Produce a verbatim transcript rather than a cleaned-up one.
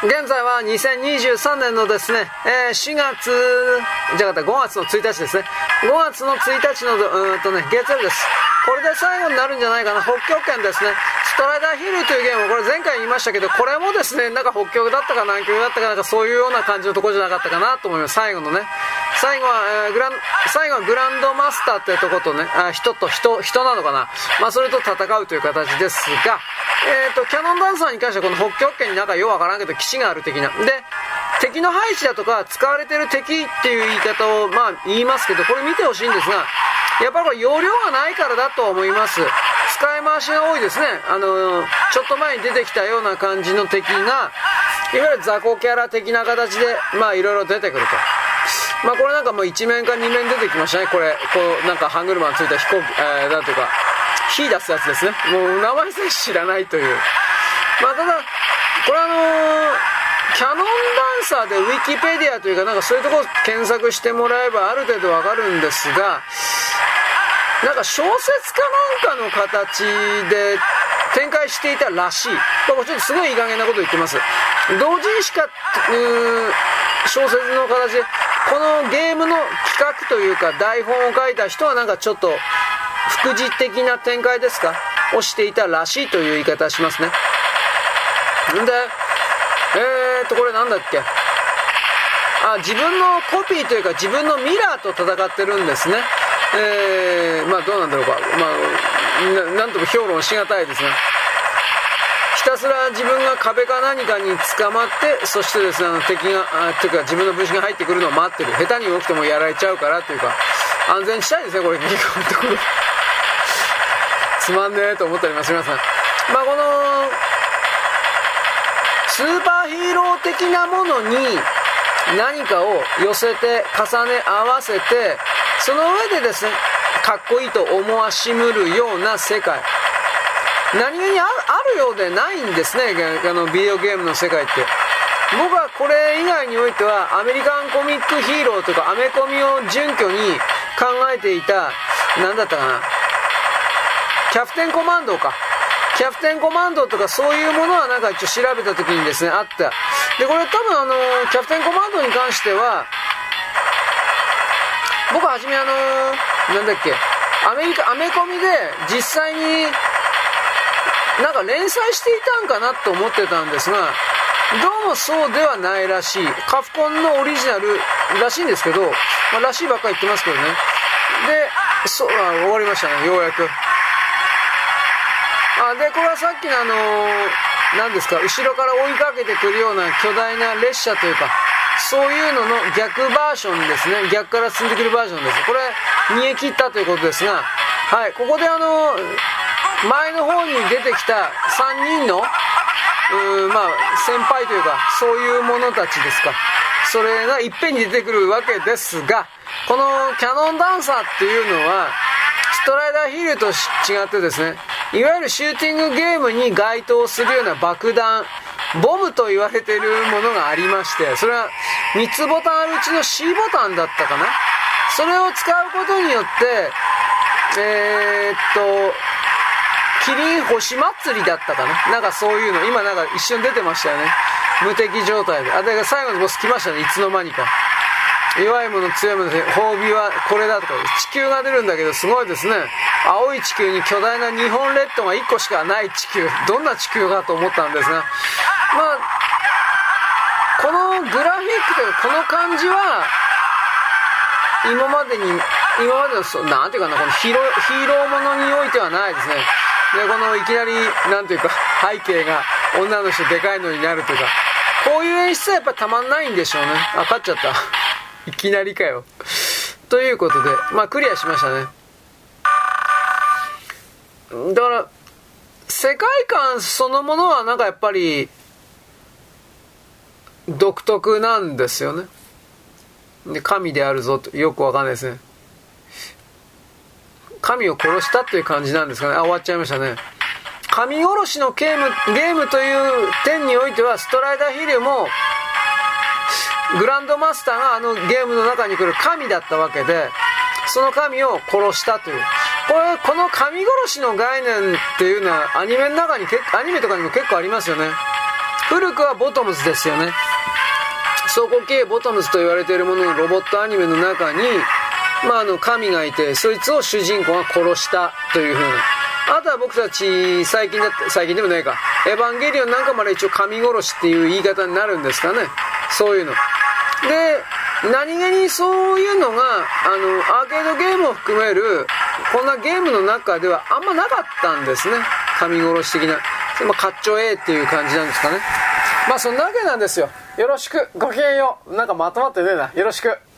現在はにせんにじゅうさんねんのですね、えー、しがつじゃなかったごがつのついたちですね。ごがつのついたちのうーんとね月曜日です。これで最後になるんじゃないかな。北極圏ですね。ストライダーヒルというゲームをこれ前回言いましたけど、これもですねなんか北極だったか南極だったかなんかそういうような感じのところじゃなかったかなと思います。最後のね最後は、えー、グラン最後はグランドマスターってとことねあ人と人人なのかな、まあそれと戦うという形ですが、えーとキャノンダンサーに関してはこの北極圏になんかようわからんけど基地がある的なで、敵の配置だとか使われてる敵っていう言い方をまあ言いますけど、これ見てほしいんですが、やっぱりこれ容量がないからだと思います。使い回しが多いですね。あのー、ちょっと前に出てきたような感じの敵がいわゆる雑魚キャラ的な形でまあいろいろ出てくると。まあこれなんかもう一面か二面出てきましたね。これこうなんかハングルマンついた飛行機、えー、なんていうか火出すやつですね。もう名前さえ知らないという。まあただこれあのー、キャノンダンサーでウィキペディアというかなんかそういうところ検索してもらえばある程度わかるんですが、なんか小説かなんかの形で展開していたらしい。これちょっとすごいいい加減なこと言ってます。同人誌かうーん小説の形でこのゲームの企画というか台本を書いた人はなんかちょっと副次的な展開ですかをしていたらしいという言い方をしますね。んでえーっとこれなんだっけ、あ自分のコピーというか自分のミラーと戦ってるんですね。えー、まあどうなんだろうか、まあ な, なんとも評論しがたいですね。ひたすら自分が壁か何かに捕まって、そしてですねあの敵があというか自分の分身が入ってくるのを待ってる。下手に起きてもやられちゃうからというか安全地帯ですねこれ。つまんねえと思ったりもしますが、まあこのスーパーヒーロー的なものに何かを寄せて重ね合わせて、その上でですねかっこいいと思わしむるような世界、何気にあるようでないんですね、あのビデオゲームの世界って。僕はこれ以外においてはアメリカンコミックヒーローとかアメコミを準拠に考えていた何だったかな、キャプテンコマンドかキャプテンコマンドとかそういうものはなんか一応調べた時にですねあった。でこれ多分あのキャプテンコマンドに関しては僕は初めあのなんだっけアメリカアメコミで実際になんか連載していたんかなと思ってたんですが、どうもそうではないらしい。カプコンのオリジナルらしいんですけど、まあ、らしいばっかり言ってますけどね。でそうあ終わりましたねようやく。あでこれはさっきのあの何ですか後ろから追いかけてくるような巨大な列車というかそういうのの逆バージョンですね。逆から進んでくるバージョンです。これ煮え切ったということですが、はいここであの前の方に出てきたさんにんのうーまあ先輩というかそういう者たちですか、それがいっぺんに出てくるわけですが、このキャノンダンサーっていうのはストライダーヒールと違ってですね、いわゆるシューティングゲームに該当するような爆弾ボムと言われているものがありまして、それはみっつボタンあるうちの C ボタンだったかな。それを使うことによってえー、っとキリン星祭りだったかな、なんかそういうの今なんか一瞬出てましたよね、無敵状態で。あで最後のボス来ましたね、いつの間にか。弱いもの強いもので褒美はこれだとか地球が出るんだけどすごいですね。青い地球に巨大な日本列島がいっこしかない地球、どんな地球かと思ったんですが、まあこのグラフィックというかこの感じは今までに今までのそなんていうかなこのヒーロー、ヒーローものにおいてはないですね。でこのいきなりなんていうか背景が女の人でかいのになるというかこういう演出はやっぱたまんないんでしょうね。あ勝っちゃったいきなりかよということでまあクリアしましたね。だから世界観そのものはなんかやっぱり独特なんですよね。で神であるぞとよくわかんないですね。神を殺したという感じなんですかね。あ終わっちゃいましたね。神殺しのゲーム、ゲームという点においてはストライダーヒルもグランドマスターがあのゲームの中に来る神だったわけで、その神を殺したというこれこの神殺しの概念っていうのはアニメの中に結構アニメとかにも結構ありますよね。 古くはボトムズですよね。走行系ボトムズと言われているもののロボットアニメの中に、まあ、あの神がいて、そいつを主人公が殺したという風な。あとは僕たち最近だって最近でもないか、エヴァンゲリオンなんかまで一応神殺しっていう言い方になるんですかね、そういうので。何気にそういうのがあのアーケードゲームを含めるこんなゲームの中ではあんまなかったんですね、神殺し的な。まあ、かっちょええっていう感じなんですかね。まあそんなわけなんですよ。よろしく、ごきげんよう。なんかまとまってねえな。よろしく。